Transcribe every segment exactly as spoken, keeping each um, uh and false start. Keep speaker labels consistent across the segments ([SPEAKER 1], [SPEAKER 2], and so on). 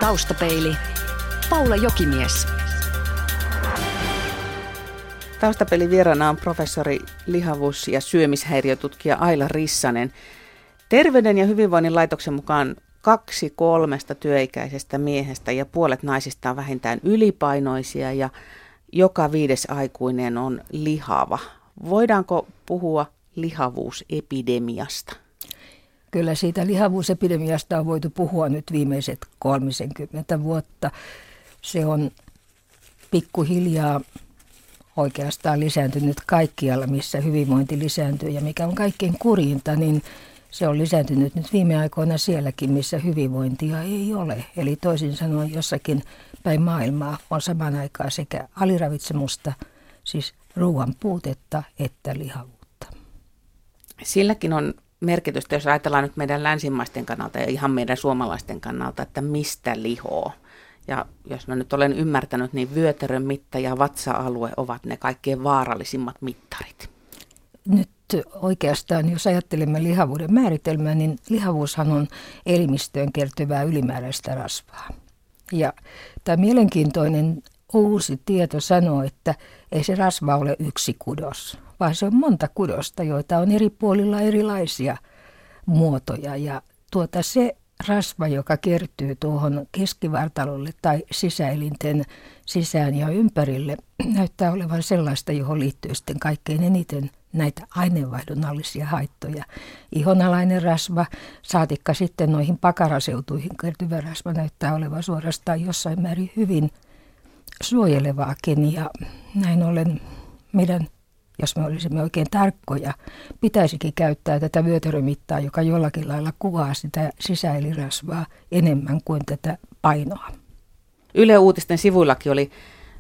[SPEAKER 1] Taustapeili. Paula Jokimies.
[SPEAKER 2] Taustapelin vieraana on professori, lihavuus- ja syömishäiriötutkija Aila Rissanen. Terveyden ja hyvinvoinnin laitoksen mukaan kaksi kolmesta työikäisestä miehestä ja puolet naisista on vähintään ylipainoisia ja joka viides aikuinen on lihava. Voidaanko puhua lihavuusepidemiasta?
[SPEAKER 3] Kyllä siitä lihavuusepidemiasta on voitu puhua nyt viimeiset kolmekymmentä vuotta. Se on pikkuhiljaa oikeastaan lisääntynyt kaikkialla, missä hyvinvointi lisääntyy. Ja mikä on kaikkein kurjinta, niin se on lisääntynyt nyt viime aikoina sielläkin, missä hyvinvointia ei ole. Eli toisin sanoen jossakin päin maailmaa on samaan aikaan sekä aliravitsemusta, siis ruoan puutetta, että lihavuutta.
[SPEAKER 2] Silläkin on merkitystä, jos ajatellaan nyt meidän länsimaisten kannalta ja ihan meidän suomalaisten kannalta, että mistä lihoo. Ja jos mä nyt olen ymmärtänyt, niin vyötärön mitta ja vatsa-alue ovat ne kaikkein vaarallisimmat mittarit.
[SPEAKER 3] Nyt oikeastaan, jos ajattelemme lihavuuden määritelmää, niin lihavuushan on elimistöön kertyvää ylimääräistä rasvaa. Ja tämä mielenkiintoinen uusi tieto sanoo, että ei se rasva ole yksi kudos, vaan se on monta kudosta, joita on eri puolilla erilaisia muotoja. Ja tuota se rasva, joka kertyy tuohon keskivartalolle tai sisäelinten sisään ja ympärille, näyttää olevan sellaista, johon liittyy sitten kaikkein eniten näitä aineenvaihdunnallisia haittoja. Ihonalainen rasva, saatikka sitten noihin pakaraseutuihin kertyvä rasva näyttää olevan suorastaan jossain määrin hyvin suojelevaakin. Ja näin ollen meidän, jos me olisimme oikein tarkkoja, pitäisikin käyttää tätä vyötärömittaa, joka jollakin lailla kuvaa sitä sisäelirasvaa enemmän kuin tätä painoa.
[SPEAKER 2] Yle Uutisten sivuillakin oli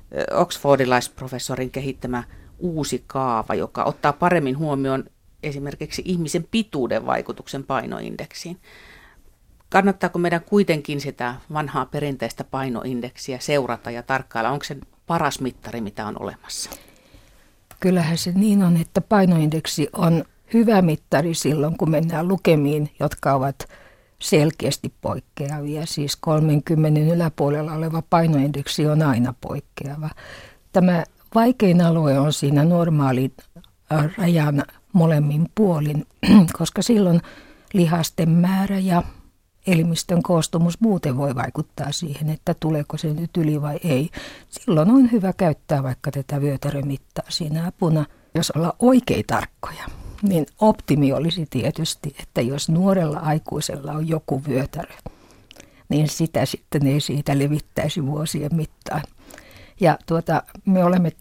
[SPEAKER 2] oxfordilaisprofessorin kehittämä uusi kaava, joka ottaa paremmin huomioon esimerkiksi ihmisen pituuden vaikutuksen painoindeksiin. Kannattaako meidän kuitenkin sitä vanhaa perinteistä painoindeksiä seurata ja tarkkailla? Onko se paras mittari, mitä on olemassa?
[SPEAKER 3] Kyllähän se niin on, että painoindeksi on hyvä mittari silloin, kun mennään lukemiin, jotka ovat selkeästi poikkeavia. Siis kolmekymmentä yläpuolella oleva painoindeksi on aina poikkeava. Tämä vaikein alue on siinä normaalin rajan molemmin puolin, koska silloin lihasten määrä ja elimistön koostumus muuten voi vaikuttaa siihen, että tuleeko se nyt yli vai ei. Silloin on hyvä käyttää vaikka tätä vyötärömittaa siinä apuna. Jos ollaan oikein tarkkoja, niin optimi olisi tietysti, että jos nuorella aikuisella on joku vyötärö, niin sitä sitten ei siitä levittäisi vuosien mittaan. Ja tuota, me olemme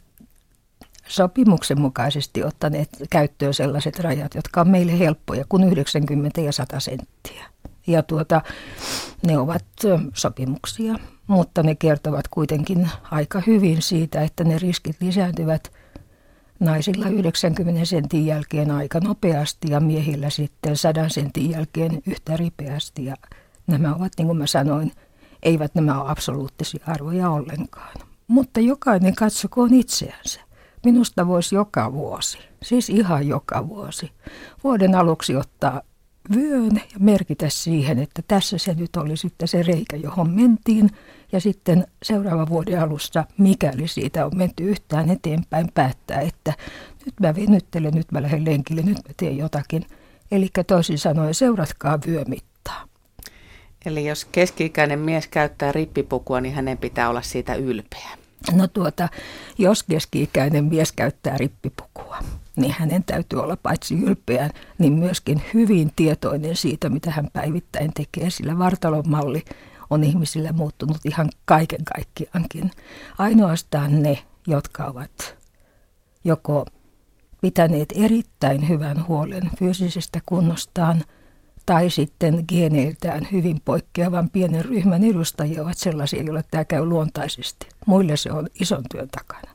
[SPEAKER 3] sopimuksen mukaisesti ottaneet käyttöön sellaiset rajat, jotka on meille helppoja kuin yhdeksänkymmentä ja sata senttiä. Ja tuota, ne ovat sopimuksia, mutta ne kertovat kuitenkin aika hyvin siitä, että ne riskit lisääntyvät naisilla yhdeksänkymmenen sentin jälkeen aika nopeasti ja miehillä sitten sadan sentin jälkeen yhtä ripeästi. Ja nämä ovat, niin kuin mä sanoin, eivät nämä ole absoluuttisia arvoja ollenkaan. Mutta jokainen katsokoon itseänsä. Minusta voisi joka vuosi, siis ihan joka vuosi, vuoden aluksi ottaa vyön ja merkitä siihen, että tässä se nyt oli sitten se reikä, johon mentiin. Ja sitten seuraavan vuoden alussa, mikäli siitä on menty yhtään eteenpäin, päättää, että nyt mä venyttelen, nyt mä lähden lenkille, nyt mä teen jotakin. Eli toisin sanoen seuratkaa vyömittaa.
[SPEAKER 2] Eli jos keski-ikäinen mies käyttää rippipukua, niin hänen pitää olla siitä ylpeä.
[SPEAKER 3] No tuota, jos keski-ikäinen mies käyttää rippipukua, niin hänen täytyy olla paitsi ylpeä, niin myöskin hyvin tietoinen siitä, mitä hän päivittäin tekee, sillä vartalon malli on ihmisillä muuttunut ihan kaiken kaikkiaankin. Ainoastaan ne, jotka ovat joko pitäneet erittäin hyvän huolen fyysisestä kunnostaan, tai sitten geeneiltään hyvin poikkeavan pienen ryhmän edustajia ovat sellaisia, joille tämä käy luontaisesti. Muille se on ison työn takana.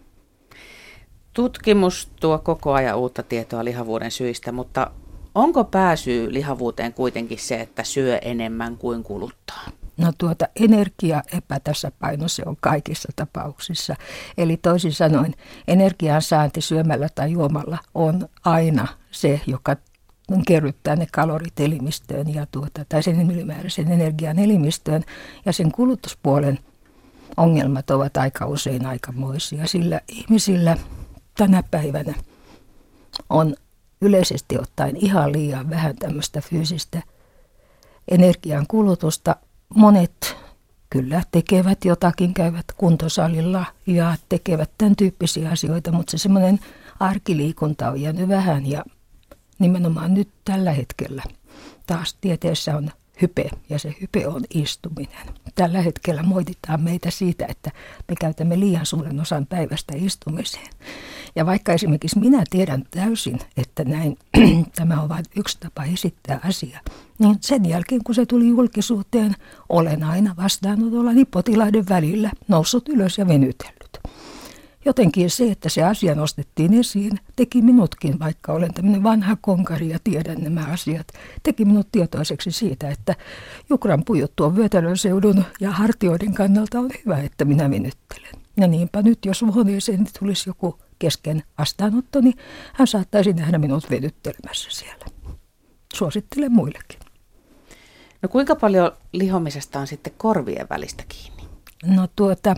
[SPEAKER 2] Tutkimus tuo koko ajan uutta tietoa lihavuuden syistä, mutta onko pääsyy lihavuuteen kuitenkin se, että syö enemmän kuin kuluttaa?
[SPEAKER 3] No tuota energia-epätasapaino se on kaikissa tapauksissa. Eli toisin sanoen energian saanti syömällä tai juomalla on aina se, joka kerryttää ne kalorit elimistöön ja tuota, tai sen ylimääräisen energian elimistöön. Ja sen kulutuspuolen ongelmat ovat aika usein aikamoisia, sillä ihmisillä tänä päivänä on yleisesti ottaen ihan liian vähän tämmöistä fyysistä energian kulutusta. Monet kyllä tekevät jotakin, käyvät kuntosalilla ja tekevät tämän tyyppisiä asioita, mutta se semmoinen arkiliikunta on jäänyt vähän ja nimenomaan nyt tällä hetkellä taas tieteessä on hype ja se hype on istuminen. Tällä hetkellä moititaan meitä siitä, että me käytämme liian suuren osan päivästä istumiseen. Ja vaikka esimerkiksi minä tiedän täysin, että näin tämä on vain yksi tapa esittää asia, niin sen jälkeen kun se tuli julkisuuteen, olen aina vastaanotollani potilaiden välillä noussut ylös ja venytellyt. Jotenkin se, että se asia nostettiin esiin, teki minutkin, vaikka olen tämmöinen vanha konkari ja tiedän nämä asiat, teki minut tietoiseksi siitä, että Jukran pujut tuon Vyötälön seudun ja hartioiden kannalta on hyvä, että minä venyttelen. Ja niinpä nyt, jos huoneeseen tulisi joku kesken vastaanotto, niin hän saattaisi nähdä minut venyttelemässä siellä. Suosittelen muillekin.
[SPEAKER 2] No kuinka paljon lihomisesta on sitten korvien välistä kiinni?
[SPEAKER 3] No tuota...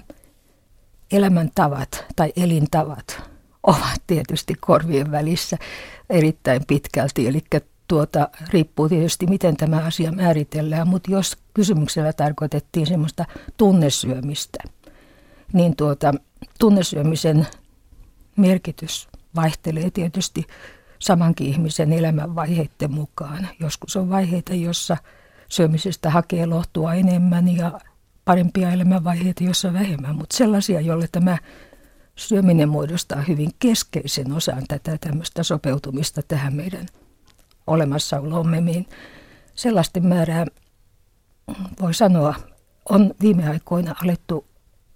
[SPEAKER 3] Elämäntavat tai elintavat ovat tietysti korvien välissä erittäin pitkälti, eli tuota, riippuu tietysti miten tämä asia määritellään, mutta jos kysymyksellä tarkoitettiin semmoista tunnesyömistä, niin tuota, tunnesyömisen merkitys vaihtelee tietysti samankin ihmisen elämänvaiheiden mukaan. Joskus on vaiheita, jossa syömisestä hakee lohtua enemmän ja parempia elämänvaiheita, jossa vähemmän, mutta sellaisia, joille tämä syöminen muodostaa hyvin keskeisen osan tätä tämmöistä sopeutumista tähän meidän olemassaolomme, niin sellaisten määrää, voi sanoa, on viime aikoina alettu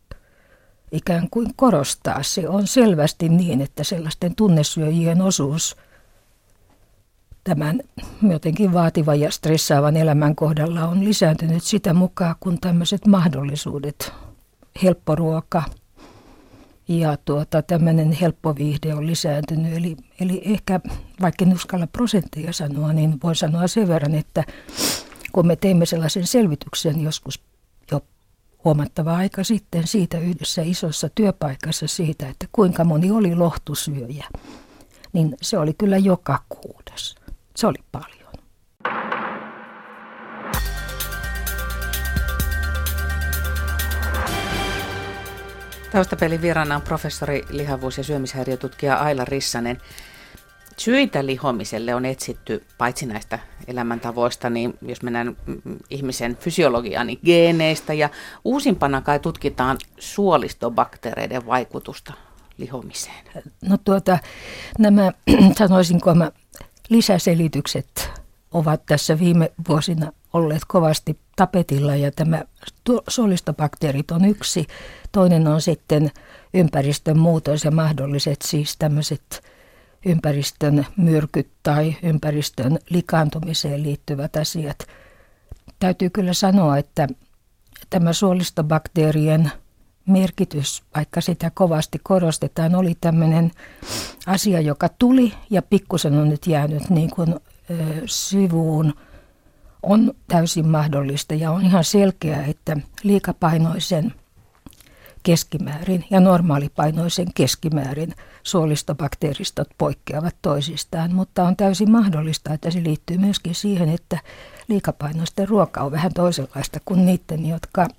[SPEAKER 3] ikään kuin korostaa. Se on selvästi niin, että sellaisten tunnesyöjien osuus tämän jotenkin vaativan ja stressaavan elämän kohdalla on lisääntynyt sitä mukaan, kun tämmöiset mahdollisuudet, helppo ruoka ja tuota, tämmöinen helppo viihde on lisääntynyt. Eli, eli ehkä, vaikka en uskalla prosentteja sanoa, niin voin sanoa sen verran, että kun me teimme sellaisen selvityksen joskus jo huomattava aika sitten siitä yhdessä isossa työpaikassa siitä, että kuinka moni oli lohtusyöjä, niin se oli kyllä joka kuudes. Se oli paljon.
[SPEAKER 2] Taustapelin vieraana on professori, lihavuus- ja syömishäiriötutkija Aila Rissanen. Syitä lihomiselle on etsitty paitsi näistä elämäntavoista, niin jos mennään ihmisen fysiologiaan, niin geeneistä ja uusimpana kai tutkitaan suolistobakteereiden vaikutusta lihomiseen.
[SPEAKER 3] No tuota, nämä sanoisinko mä lisäselitykset ovat tässä viime vuosina olleet kovasti tapetilla ja tämä suolistobakteerit on yksi. Toinen on sitten ympäristön muutos ja mahdolliset siis tämmöiset ympäristön myrkyt tai ympäristön likaantumiseen liittyvät asiat. Täytyy kyllä sanoa, että tämä suolistobakteerien merkitys, vaikka sitä kovasti korostetaan, oli tämmöinen asia, joka tuli ja pikkusen on nyt jäänyt niin kuin ö, sivuun. On täysin mahdollista ja on ihan selkeää, että liikapainoisen keskimäärin ja normaalipainoisen keskimäärin suolistobakteeristot poikkeavat toisistaan, mutta on täysin mahdollista, että se liittyy myöskin siihen, että liikapainoisten ruoka on vähän toisenlaista kuin niiden, jotka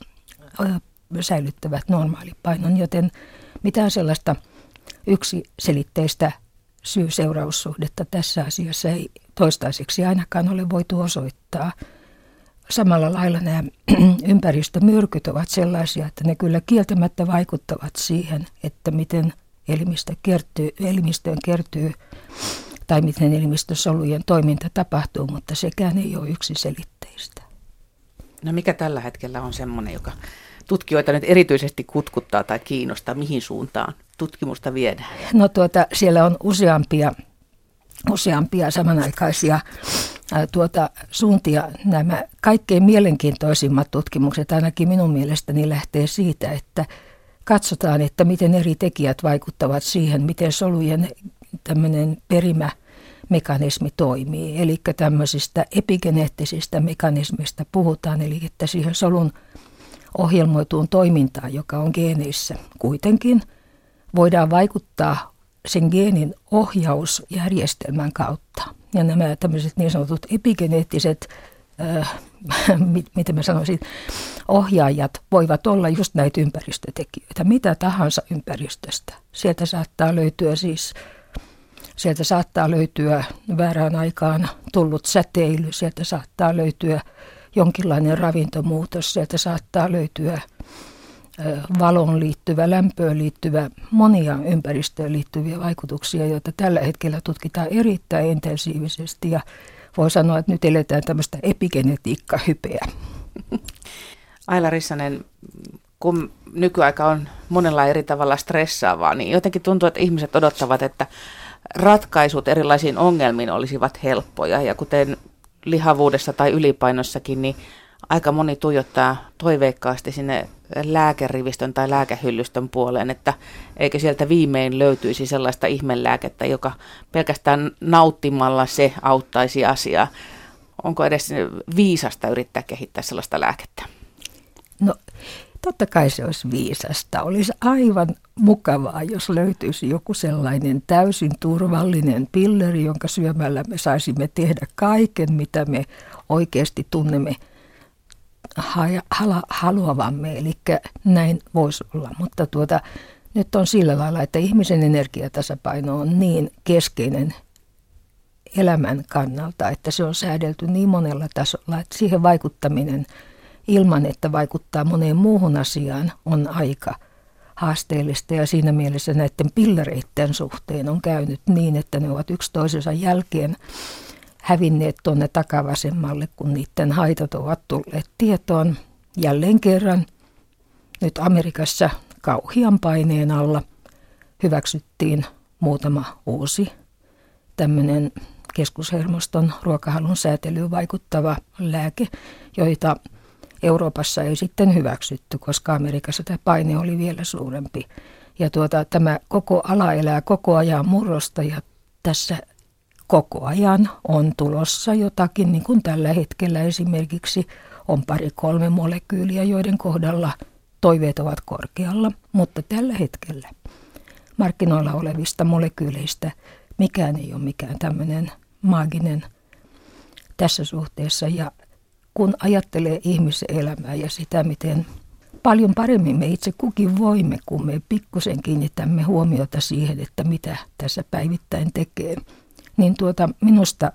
[SPEAKER 3] säilyttävät normaalipainon, joten mitään sellaista yksiselitteistä syy-seuraussuhdetta tässä asiassa ei toistaiseksi ainakaan ole voitu osoittaa. Samalla lailla nämä ympäristömyrkyt ovat sellaisia, että ne kyllä kieltämättä vaikuttavat siihen, että miten elimistö kertyy, elimistöön kertyy tai miten elimistösolujen toiminta tapahtuu, mutta sekään ei ole yksiselitteistä.
[SPEAKER 2] No mikä tällä hetkellä on semmoinen, joka tutkijoita nyt erityisesti kutkuttaa tai kiinnostaa, mihin suuntaan tutkimusta viedään?
[SPEAKER 3] No tuota, siellä on useampia, useampia samanaikaisia ää, tuota, suuntia. Nämä kaikkein mielenkiintoisimmat tutkimukset ainakin minun mielestäni lähtee siitä, että katsotaan, että miten eri tekijät vaikuttavat siihen, miten solujen tämmöinen perimä, mekanismi toimii. Eli tämmöisistä epigeneettisistä mekanismista puhutaan, eli että siihen solun ohjelmoituun toimintaan, joka on geeneissä kuitenkin, voidaan vaikuttaa sen geenin ohjausjärjestelmän kautta. Ja nämä tämmöiset niin sanotut epigeneettiset, äh, miten mä sanoisin, ohjaajat voivat olla just näitä ympäristötekijöitä, mitä tahansa ympäristöstä. Sieltä saattaa löytyä siis, sieltä saattaa löytyä väärään aikaan tullut säteily, sieltä saattaa löytyä jonkinlainen ravintomuutos, sieltä saattaa löytyä valoon liittyvä, lämpöön liittyvä, monia ympäristöön liittyviä vaikutuksia, joita tällä hetkellä tutkitaan erittäin intensiivisesti ja voi sanoa, että nyt eletään tämmöistä epigenetiikkahypeä.
[SPEAKER 2] Aila Rissanen, kun nykyaika on monella eri tavalla stressaavaa, niin jotenkin tuntuu, että ihmiset odottavat, että ratkaisut erilaisiin ongelmiin olisivat helppoja ja kuten lihavuudessa tai ylipainoissakin, niin aika moni tuijottaa toiveikkaasti sinne lääkerivistön tai lääkehyllystön puoleen, että eikö sieltä viimein löytyisi sellaista ihmelääkettä, joka pelkästään nauttimalla se auttaisi asiaa. Onko edes viisasta yrittää kehittää sellaista lääkettä?
[SPEAKER 3] No totta kai se olisi viisasta. Olisi aivan mukavaa, jos löytyisi joku sellainen täysin turvallinen pilleri, jonka syömällä me saisimme tehdä kaiken, mitä me oikeasti tunnemme haluavamme, eli näin voisi olla, mutta tuota, nyt on sillä lailla, että ihmisen energiatasapaino on niin keskeinen elämän kannalta, että se on säädelty niin monella tasolla, että siihen vaikuttaminen ilman, että vaikuttaa moneen muuhun asiaan, on aika haasteellista ja siinä mielessä näiden pillereiden suhteen on käynyt niin, että ne ovat yksi toisensa jälkeen hävinneet tuonne takavasemmalle, kun niiden haitat ovat tulleet tietoon. Jälleen kerran nyt Amerikassa kauhean paineen alla hyväksyttiin muutama uusi tämmöinen keskushermoston ruokahalun säätelyyn vaikuttava lääke, joita Euroopassa ei sitten hyväksytty, koska Amerikassa tämä paine oli vielä suurempi. Ja tuota, tämä koko ala elää koko ajan murrosta ja tässä koko ajan on tulossa jotakin, niin kuin tällä hetkellä esimerkiksi on pari kolme molekyyliä, joiden kohdalla toiveet ovat korkealla, mutta tällä hetkellä markkinoilla olevista molekyyleistä mikään ei ole mikään tämmöinen maaginen tässä suhteessa. Ja kun ajattelee ihmisen elämää ja sitä, miten paljon paremmin me itse kukin voimme, kun me pikkusen kiinnitämme huomiota siihen, että mitä tässä päivittäin tekee, niin tuota, minusta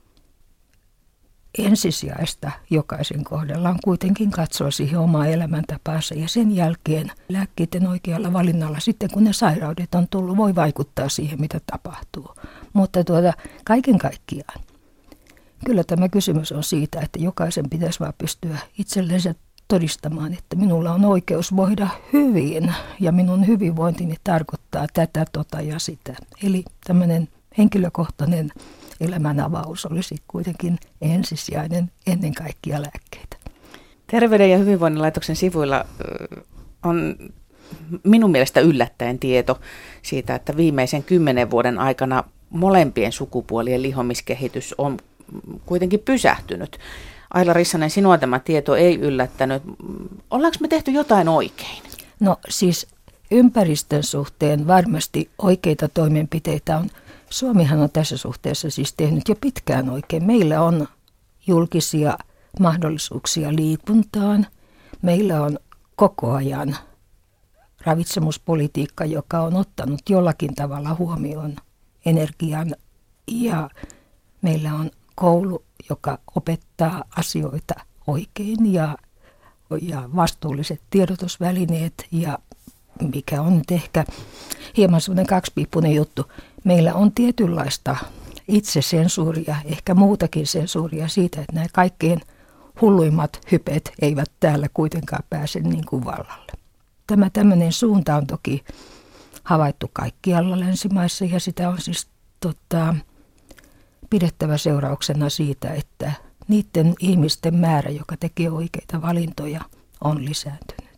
[SPEAKER 3] ensisijaista jokaisen kohdalla on kuitenkin katsoa siihen omaa elämäntapaansa ja sen jälkeen lääkkeiden oikealla valinnalla sitten kun ne sairaudet on tullut, voi vaikuttaa siihen mitä tapahtuu. Mutta tuota, kaiken kaikkiaan kyllä tämä kysymys on siitä, että jokaisen pitäisi vaan pystyä itsellensä todistamaan, että minulla on oikeus voida hyvin ja minun hyvinvointini tarkoittaa tätä, tota ja sitä. Eli tämmöinen henkilökohtainen elämänavaus olisi kuitenkin ensisijainen ennen kaikkia lääkkeitä.
[SPEAKER 2] Terveyden ja hyvinvoinnin laitoksen sivuilla on minun mielestä yllättäen tieto siitä, että viimeisen kymmenen vuoden aikana molempien sukupuolien lihomiskehitys on kuitenkin pysähtynyt. Aila Rissanen, sinua tämä tieto ei yllättänyt. Ollaanko me tehty jotain oikein?
[SPEAKER 3] No siis ympäristön suhteen varmasti oikeita toimenpiteitä on. Suomihan on tässä suhteessa siis tehnyt jo pitkään oikein. Meillä on julkisia mahdollisuuksia liikuntaan. Meillä on koko ajan ravitsemuspolitiikka, joka on ottanut jollakin tavalla huomioon energian. Ja meillä on koulu, joka opettaa asioita oikein ja, ja vastuulliset tiedotusvälineet ja mikä on nyt ehkä hieman semmoinen kaksipiippunen juttu. Meillä on tietynlaista itsesensuuria, ehkä muutakin sensuuria siitä, että nämä kaikkein hulluimmat hypet eivät täällä kuitenkaan pääse niin kuin vallalle. Tämä tämmöinen suunta on toki havaittu kaikkialla länsimaissa ja sitä on siis tota, pidettävä seurauksena siitä, että niiden ihmisten määrä, joka tekee oikeita valintoja, on lisääntynyt.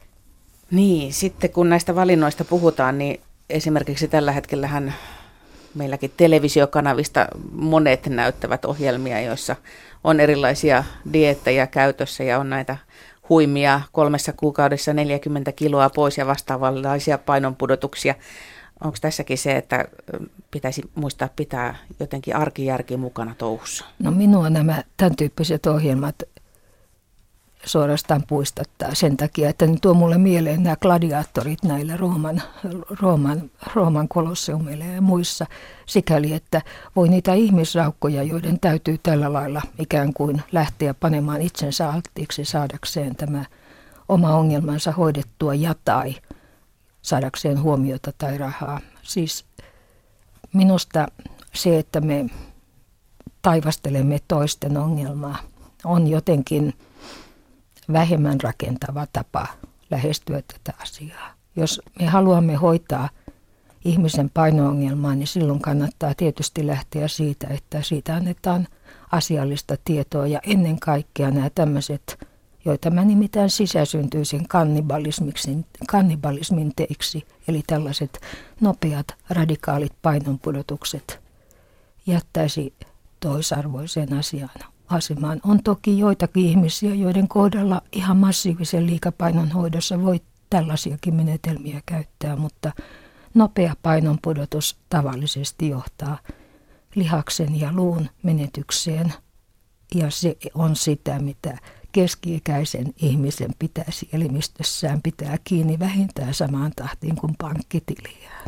[SPEAKER 2] Niin, sitten kun näistä valinnoista puhutaan, niin esimerkiksi tällä hetkellähän meilläkin televisiokanavista monet näyttävät ohjelmia, joissa on erilaisia dieettejä käytössä ja on näitä huimia kolmessa kuukaudessa neljäkymmentä kiloa pois ja vastaavanlaisia painonpudotuksia. Onko tässäkin se, että pitäisi muistaa pitää jotenkin arkijärki mukana touhussa?
[SPEAKER 3] No minua nämä tämän tyyppiset ohjelmat suorastaan puistattaa sen takia, että ne tuo mulle mieleen nämä gladiaattorit näillä Rooman, Rooman, Rooman kolosseumilla ja muissa sikäli, että voi niitä ihmisraukkoja, joiden täytyy tällä lailla ikään kuin lähteä panemaan itsensä alttiiksi saadakseen tämä oma ongelmansa hoidettua ja tai saadakseen huomiota tai rahaa. Siis minusta se, että me taivastelemme toisten ongelmaa, on jotenkin vähemmän rakentava tapa lähestyä tätä asiaa. Jos me haluamme hoitaa ihmisen paino-ongelmaa, niin silloin kannattaa tietysti lähteä siitä, että siitä annetaan asiallista tietoa ja ennen kaikkea nämä tämmöiset, joita mä nimitän sisäsyntyisen kannibalismiksi, kannibalismin teiksi, eli tällaiset nopeat, radikaalit painonpudotukset jättäisi toisarvoiseen asiaan. Asemaan. On toki joitakin ihmisiä, joiden kohdalla ihan massiivisen liikapainon hoidossa voi tällaisiakin menetelmiä käyttää, mutta nopea painonpudotus tavallisesti johtaa lihaksen ja luun menetykseen ja se on sitä, mitä keski-ikäisen ihmisen pitäisi elimistössään pitää kiinni vähintään samaan tahtiin kuin pankkitiliään.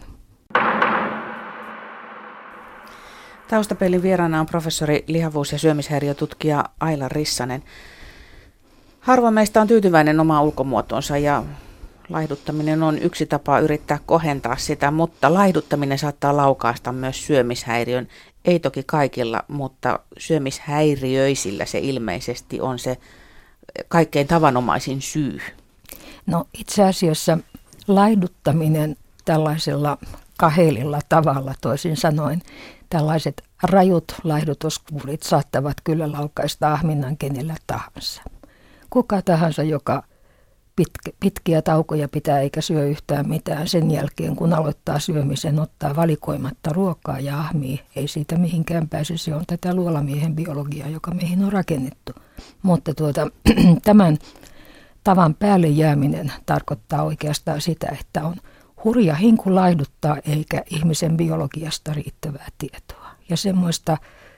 [SPEAKER 2] Taustapelin vieraana on professori lihavuus- ja syömishäiriötutkija Aila Rissanen. Harva meistä on tyytyväinen omaan ulkomuotoonsa ja laihduttaminen on yksi tapa yrittää kohentaa sitä, mutta laihduttaminen saattaa laukaista myös syömishäiriön. Ei toki kaikilla, mutta syömishäiriöisillä se ilmeisesti on se kaikkein tavanomaisin syy. No
[SPEAKER 3] itse asiassa laihduttaminen tällaisella kahelilla tavalla, toisin sanoen, tällaiset rajut laihdutuskuurit saattavat kyllä laukaista ahminnan kenellä tahansa. Kuka tahansa, joka pitkä, pitkiä taukoja pitää eikä syö yhtään mitään sen jälkeen, kun aloittaa syömisen, ottaa valikoimatta ruokaa ja ahmii, ei siitä mihinkään pääse. Se on tätä luolamiehen biologiaa, joka meihin on rakennettu. Mutta tuota, tämän tavan päälle jääminen tarkoittaa oikeastaan sitä, että on hurja hinku laihduttaa eikä ihmisen biologiasta riittävää tietoa. Ja semmoista,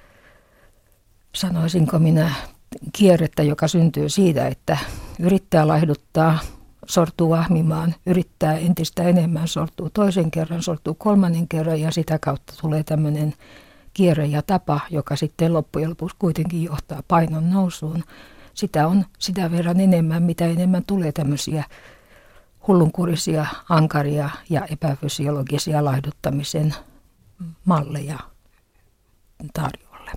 [SPEAKER 3] sanoisinko minä, kierrettä, joka syntyy siitä, että yrittää laihduttaa, sortuu ahmimaan, yrittää entistä enemmän, sortuu toisen kerran, sortuu kolmannen kerran ja sitä kautta tulee tämmöinen kierre ja tapa, joka sitten loppujen lopuksi kuitenkin johtaa painon nousuun. Sitä on sitä verran enemmän, mitä enemmän tulee tämmöisiä hullunkurisia, ankaria ja epäfysiologisia laihduttamisen malleja tarjolle.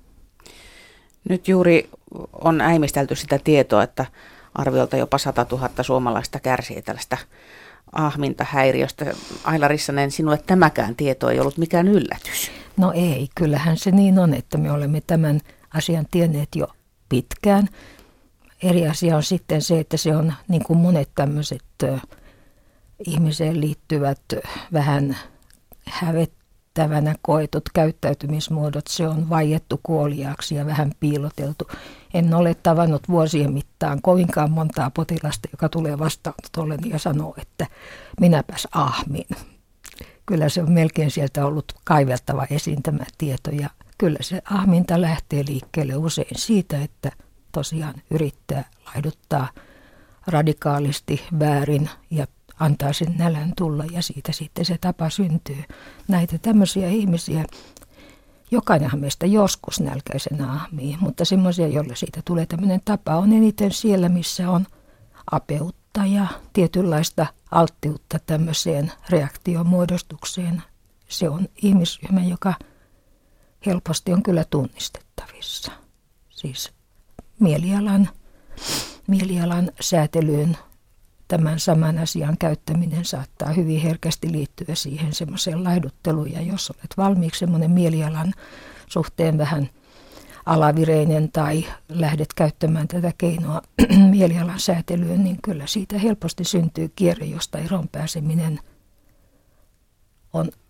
[SPEAKER 2] Nyt juuri on äimistelty sitä tietoa, että arviolta jopa sata tuhatta suomalaista kärsii tällaista ahmintahäiriöstä. Aila Rissanen, sinulle tämäkään tieto ei ollut mikään yllätys.
[SPEAKER 3] No ei, kyllähän se niin on, että me olemme tämän asian tienneet jo pitkään. Eri asia on sitten se, että se on niin kuin monet tämmöiset ö, ihmiseen liittyvät ö, vähän hävettävänä koetut käyttäytymismuodot. Se on vaiettu kuoliaaksi ja vähän piiloteltu. En ole tavannut vuosien mittaan kovinkaan montaa potilasta, joka tulee vastaanotolle ja sanoo, että minäpäs ahmin. Kyllä se on melkein sieltä ollut kaiveltava esiin tämä tieto ja kyllä se ahminta lähtee liikkeelle usein siitä, että tosiaan yrittää laihduttaa radikaalisti väärin ja antaa sen nälän tulla ja siitä sitten se tapa syntyy. Näitä tämmöisiä ihmisiä, jokainenhan meistä joskus nälkäisenä ahmii, mutta semmoisia, joille siitä tulee tämmöinen tapa, on eniten siellä, missä on apeutta ja tietynlaista alttiutta tämmöiseen reaktiomuodostukseen. Se on ihmisryhmä, joka helposti on kyllä tunnistettavissa. Siis mielialan, mielialan säätelyyn tämän saman asian käyttäminen saattaa hyvin herkästi liittyä siihen semmoiseen laihdutteluun. Ja jos olet valmiiksi semmoinen mielialan suhteen vähän alavireinen tai lähdet käyttämään tätä keinoa mielialan säätelyyn, niin kyllä siitä helposti syntyy kierre, josta eroon pääseminen on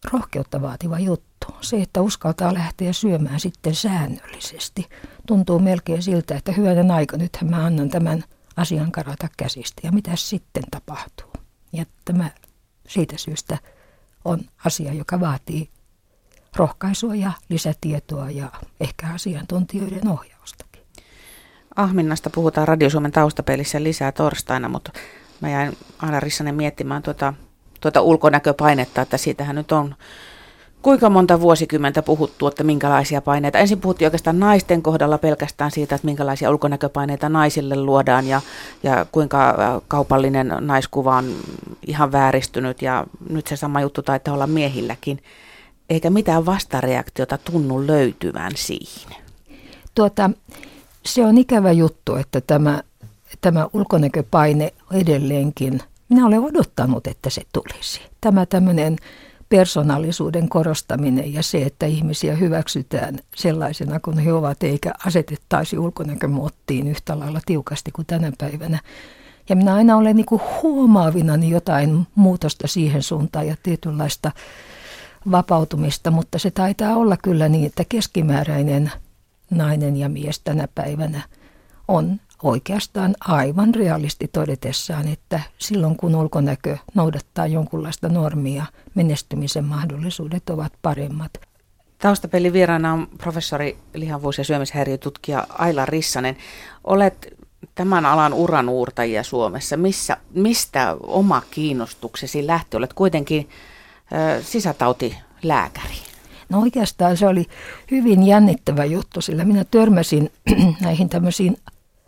[SPEAKER 3] rohkeutta vaativa juttu. Se, että uskaltaa lähteä syömään sitten säännöllisesti, tuntuu melkein siltä, että hyvänen aika, nythän mä annan tämän asian karata käsistä ja mitä sitten tapahtuu. Ja tämä siitä syystä on asia, joka vaatii rohkaisua ja lisätietoa ja ehkä asiantuntijoiden ohjaustakin.
[SPEAKER 2] Ahminnasta puhutaan Radio Suomen taustapelissä lisää torstaina, mutta mä jäin Aila Rissanen miettimään tuota, tuota ulkonäköpainetta, että siitähän nyt on kuinka monta vuosikymmentä puhuttu, että minkälaisia paineita. Ensin puhuttiin oikeastaan naisten kohdalla pelkästään siitä, että minkälaisia ulkonäköpaineita naisille luodaan ja, ja kuinka kaupallinen naiskuva on ihan vääristynyt ja nyt se sama juttu taitaa olla miehilläkin. Eikä mitään vastareaktiota tunnu löytyvän siihen.
[SPEAKER 3] Tuota, se on ikävä juttu, että tämä, tämä ulkonäköpaine edelleenkin, minä olen odottanut, että se tulisi. Tämä tämmöinen persoonallisuuden korostaminen ja se, että ihmisiä hyväksytään sellaisena kuin he ovat, eikä asetettaisi ulkonäkömuottiin yhtä lailla tiukasti kuin tänä päivänä. Ja minä aina olen niin kuin huomaavinani jotain muutosta siihen suuntaan ja tietynlaista vapautumista, mutta se taitaa olla kyllä niin, että keskimääräinen nainen ja mies tänä päivänä on oikeastaan aivan realisti todetessaan, että silloin kun ulkonäkö noudattaa jonkunlaista normia, menestymisen mahdollisuudet ovat paremmat.
[SPEAKER 2] Taustapelin vieraana on professori lihavuus- ja syömishäiriötutkija Aila Rissanen. Olet tämän alan uranuurtajia Suomessa. Missä, mistä oma kiinnostuksesi lähti? Olet kuitenkin ö, sisätautilääkäri.
[SPEAKER 3] No oikeastaan se oli hyvin jännittävä juttu, sillä minä törmäsin näihin tämmöisiin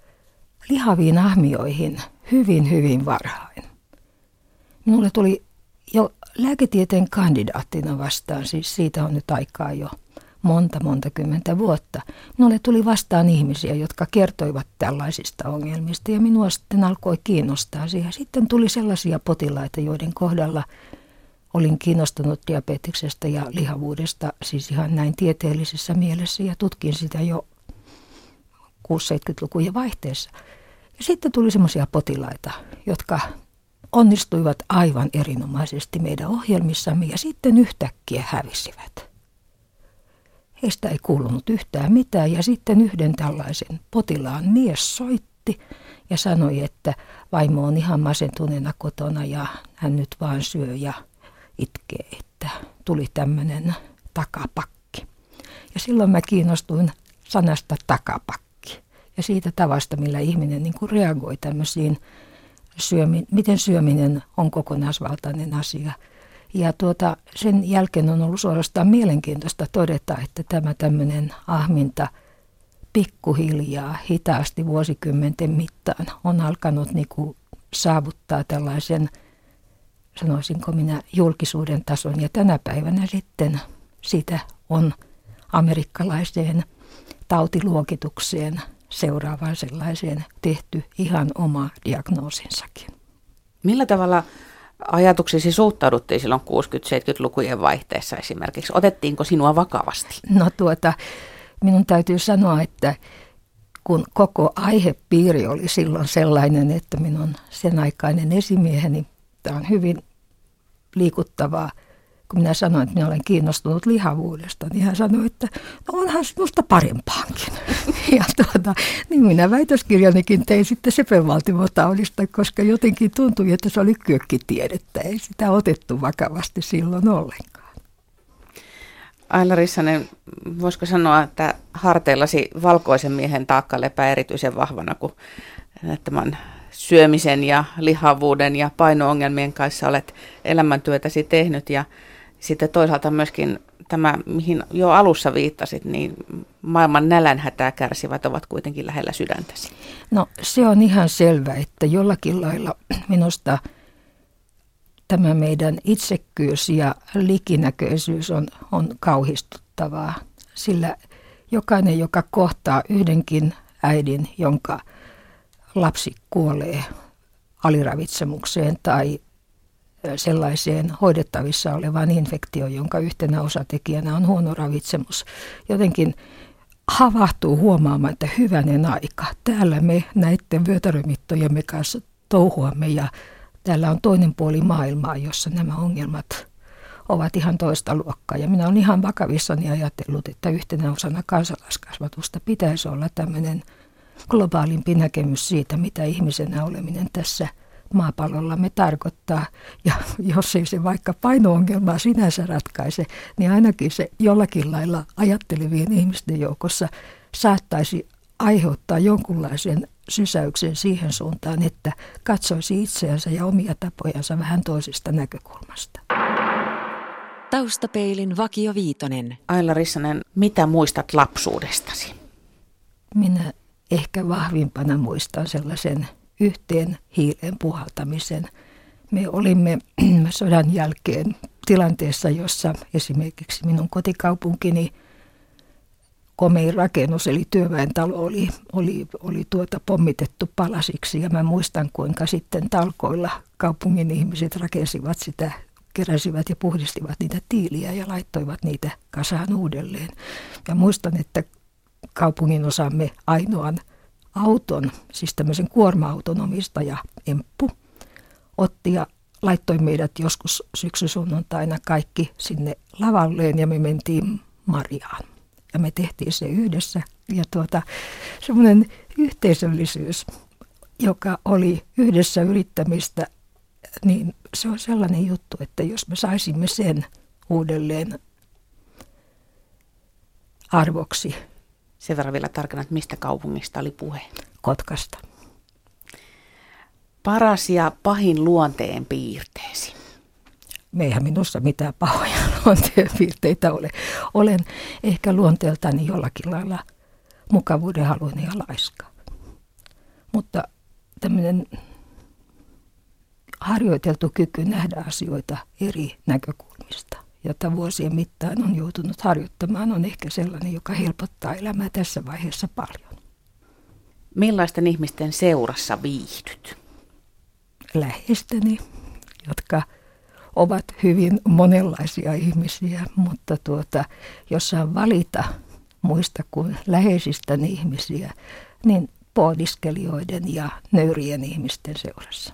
[SPEAKER 3] lihaviin ahmioihin hyvin, hyvin varhain. Minulle tuli jo lääketieteen kandidaattina vastaan, siis siitä on nyt aikaa jo monta, monta kymmentä vuotta. Minulle tuli vastaan ihmisiä, jotka kertoivat tällaisista ongelmista ja minua sitten alkoi kiinnostaa siihen. Sitten tuli sellaisia potilaita, joiden kohdalla olin kiinnostunut diabeteksestä ja lihavuudesta, siis ihan näin tieteellisessä mielessä ja tutkin sitä jo kuusikymmentä-seitsemänkymmentälukujen vaihteessa. Ja sitten tuli semmoisia potilaita, jotka onnistuivat aivan erinomaisesti meidän ohjelmissamme ja sitten yhtäkkiä hävisivät. Heistä ei kuulunut yhtään mitään ja sitten yhden tällaisen potilaan mies soitti ja sanoi, että vaimo on ihan masentuneena kotona ja hän nyt vaan syö ja itkee, että tuli tämmöinen takapakki. Ja silloin mä kiinnostuin sanasta takapakki ja siitä tavasta, millä ihminen niin kuin reagoi tämmöisiin, syömi, miten syöminen on kokonaisvaltainen asia. Ja tuota, sen jälkeen on ollut suorastaan mielenkiintoista todeta, että tämä tämmöinen ahminta pikkuhiljaa, hitaasti vuosikymmenten mittaan on alkanut niin kuin saavuttaa tällaisen, sanoisinko minä, julkisuuden tason. Ja tänä päivänä sitten siitä on amerikkalaiseen tautiluokitukseen seuraavaan sellaiseen tehty ihan oma diagnoosinsakin.
[SPEAKER 2] Millä tavalla ajatuksisi suhtauduttiin silloin kuusikymmentä-seitsemänkymmentälukujen vaihteessa esimerkiksi? Otettiinko sinua vakavasti?
[SPEAKER 3] No tuota, minun täytyy sanoa, että kun koko aihepiiri oli silloin sellainen, että minun sen aikainen esimieheni, tämä on hyvin liikuttavaa, kun minä sanoin, että minä olen kiinnostunut lihavuudesta, niin hän sanoi, että no onhan sinusta parempaankin. Ja tuota, niin minä väitöskirjanikin tein sitten sepelvaltimotaudista, koska jotenkin tuntui, että se oli kyökkitiedettä. Ei sitä otettu vakavasti silloin ollenkaan.
[SPEAKER 2] Aila Rissanen, voisiko sanoa, että harteillasi valkoisen miehen taakka lepää erityisen vahvana, kun tämän syömisen ja lihavuuden ja paino-ongelmien kanssa olet elämäntyötäsi tehnyt ja sitten toisaalta myöskin tämä, mihin jo alussa viittasit, niin maailman nälänhätää kärsivät ovat kuitenkin lähellä sydäntäsi.
[SPEAKER 3] No se on ihan selvä, että jollakin lailla minusta tämä meidän itsekkyys ja likinäköisyys on, on kauhistuttavaa, sillä jokainen, joka kohtaa yhdenkin äidin, jonka lapsi kuolee aliravitsemukseen tai sellaiseen hoidettavissa olevaan infektioon, jonka yhtenä osatekijänä on huono ravitsemus. Jotenkin havahtuu huomaamaan, että hyvänen aika. Täällä me näiden vyötärömittojemme kanssa touhuamme ja täällä on toinen puoli maailmaa, jossa nämä ongelmat ovat ihan toista luokkaa. Ja minä olen ihan vakavissani ajatellut, että yhtenä osana kansalaiskasvatusta pitäisi olla tämmöinen globaalimpi näkemys siitä, mitä ihmisenä oleminen tässä maapallollamme tarkoittaa. Ja jos ei se vaikka paino-ongelmaa sinänsä ratkaise, niin ainakin se jollakin lailla ajattelevien ihmisten joukossa saattaisi aiheuttaa jonkunlaisen sysäyksen siihen suuntaan, että katsoisi itseänsä ja omia tapojansa vähän toisesta näkökulmasta.
[SPEAKER 1] Taustapeilin Vakio Viitonen.
[SPEAKER 2] Aila Rissanen, mitä muistat lapsuudestasi?
[SPEAKER 3] Minä ehkä vahvimpana muistan sellaisen yhteen hiileen puhaltamisen. Me olimme sodan jälkeen tilanteessa, jossa esimerkiksi minun kotikaupunkini komein rakennus, eli työväentalo, oli, oli, oli tuota pommitettu palasiksi. Ja mä muistan, kuinka sitten talkoilla kaupungin ihmiset rakensivat sitä, keräsivät ja puhdistivat niitä tiiliä ja laittoivat niitä kasaan uudelleen. Ja muistan, että kaupungin osamme ainoan auton, siis tämmöisen kuorma-auton omistaja Emppu, otti ja laittoi meidät joskus syksysunnuntaina kaikki sinne lavalleen ja me mentiin Marjaan. Ja me tehtiin se yhdessä ja tuota, semmoinen yhteisöllisyys, joka oli yhdessä yrittämistä, niin se on sellainen juttu, että jos me saisimme sen uudelleen arvoksi.
[SPEAKER 2] Sen verran vielä tarkennat, mistä kaupungista oli puhe?
[SPEAKER 3] Kotkasta.
[SPEAKER 2] Paras ja pahin luonteen piirteesi?
[SPEAKER 3] Eihän minussa mitään pahoja luonteen piirteitä ole. Olen ehkä luonteeltani jollakin lailla mukavuudenhaluinen ja laiska. Mutta tämmöinen harjoiteltu kyky nähdä asioita eri näkökulmista, jota vuosien mittaan on joutunut harjoittamaan, on ehkä sellainen, joka helpottaa elämää tässä vaiheessa paljon.
[SPEAKER 2] Millaisten ihmisten seurassa viihdyt?
[SPEAKER 3] Läheistäni, jotka ovat hyvin monenlaisia ihmisiä, mutta tuota, jos saan valita muista kuin läheisistäni ihmisiä, niin pohdiskelijoiden ja nöyrien ihmisten seurassa.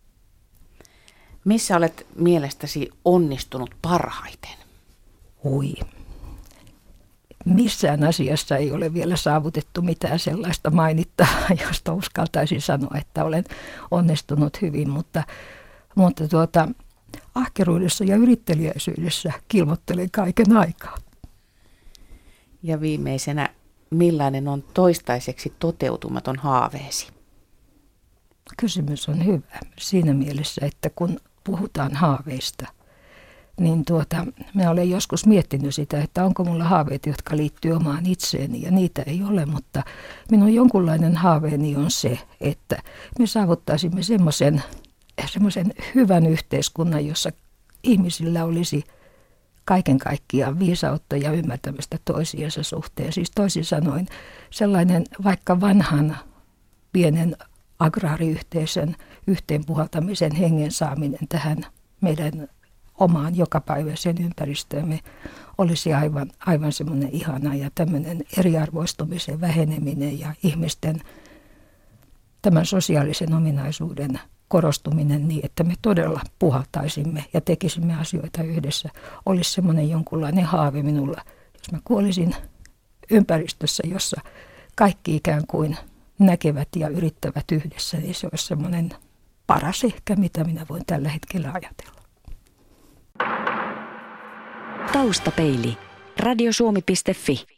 [SPEAKER 2] Missä olet mielestäsi onnistunut parhaiten?
[SPEAKER 3] Ui. Missään asiassa ei ole vielä saavutettu mitään sellaista mainittaa, josta uskaltaisin sanoa, että olen onnistunut hyvin, mutta, mutta tuota, ahkeruudessa ja yritteliäisyydessä kilvoittelen kaiken aikaa.
[SPEAKER 2] Ja viimeisenä, millainen on toistaiseksi toteutumaton haaveesi?
[SPEAKER 3] Kysymys on hyvä siinä mielessä, että kun puhutaan haaveista, niin tuota, mä olen joskus miettinyt sitä, että onko mulla haaveita, jotka liittyy omaan itseeni, ja niitä ei ole, mutta minun jonkunlainen haaveeni on se, että me saavuttaisimme semmoisen semmoisen hyvän yhteiskunnan, jossa ihmisillä olisi kaiken kaikkiaan viisautta ja ymmärtämistä toisiensa suhteen. Siis toisin sanoen sellainen vaikka vanhan pienen agraariyhteisön yhteenpuhaltamisen hengen saaminen tähän meidän omaan jokapäiväiseen ympäristöömme olisi aivan, aivan semmoinen ihana, ja tämmöinen eriarvoistumisen väheneminen ja ihmisten tämän sosiaalisen ominaisuuden korostuminen niin, että me todella puhaltaisimme ja tekisimme asioita yhdessä, olisi semmoinen jonkunlainen haave minulla. Jos mä kuolisin ympäristössä, jossa kaikki ikään kuin näkevät ja yrittävät yhdessä, niin se olisi semmoinen paras ehkä, mitä minä voin tällä hetkellä ajatella.
[SPEAKER 1] Taustapeili. radiosuomi piste fi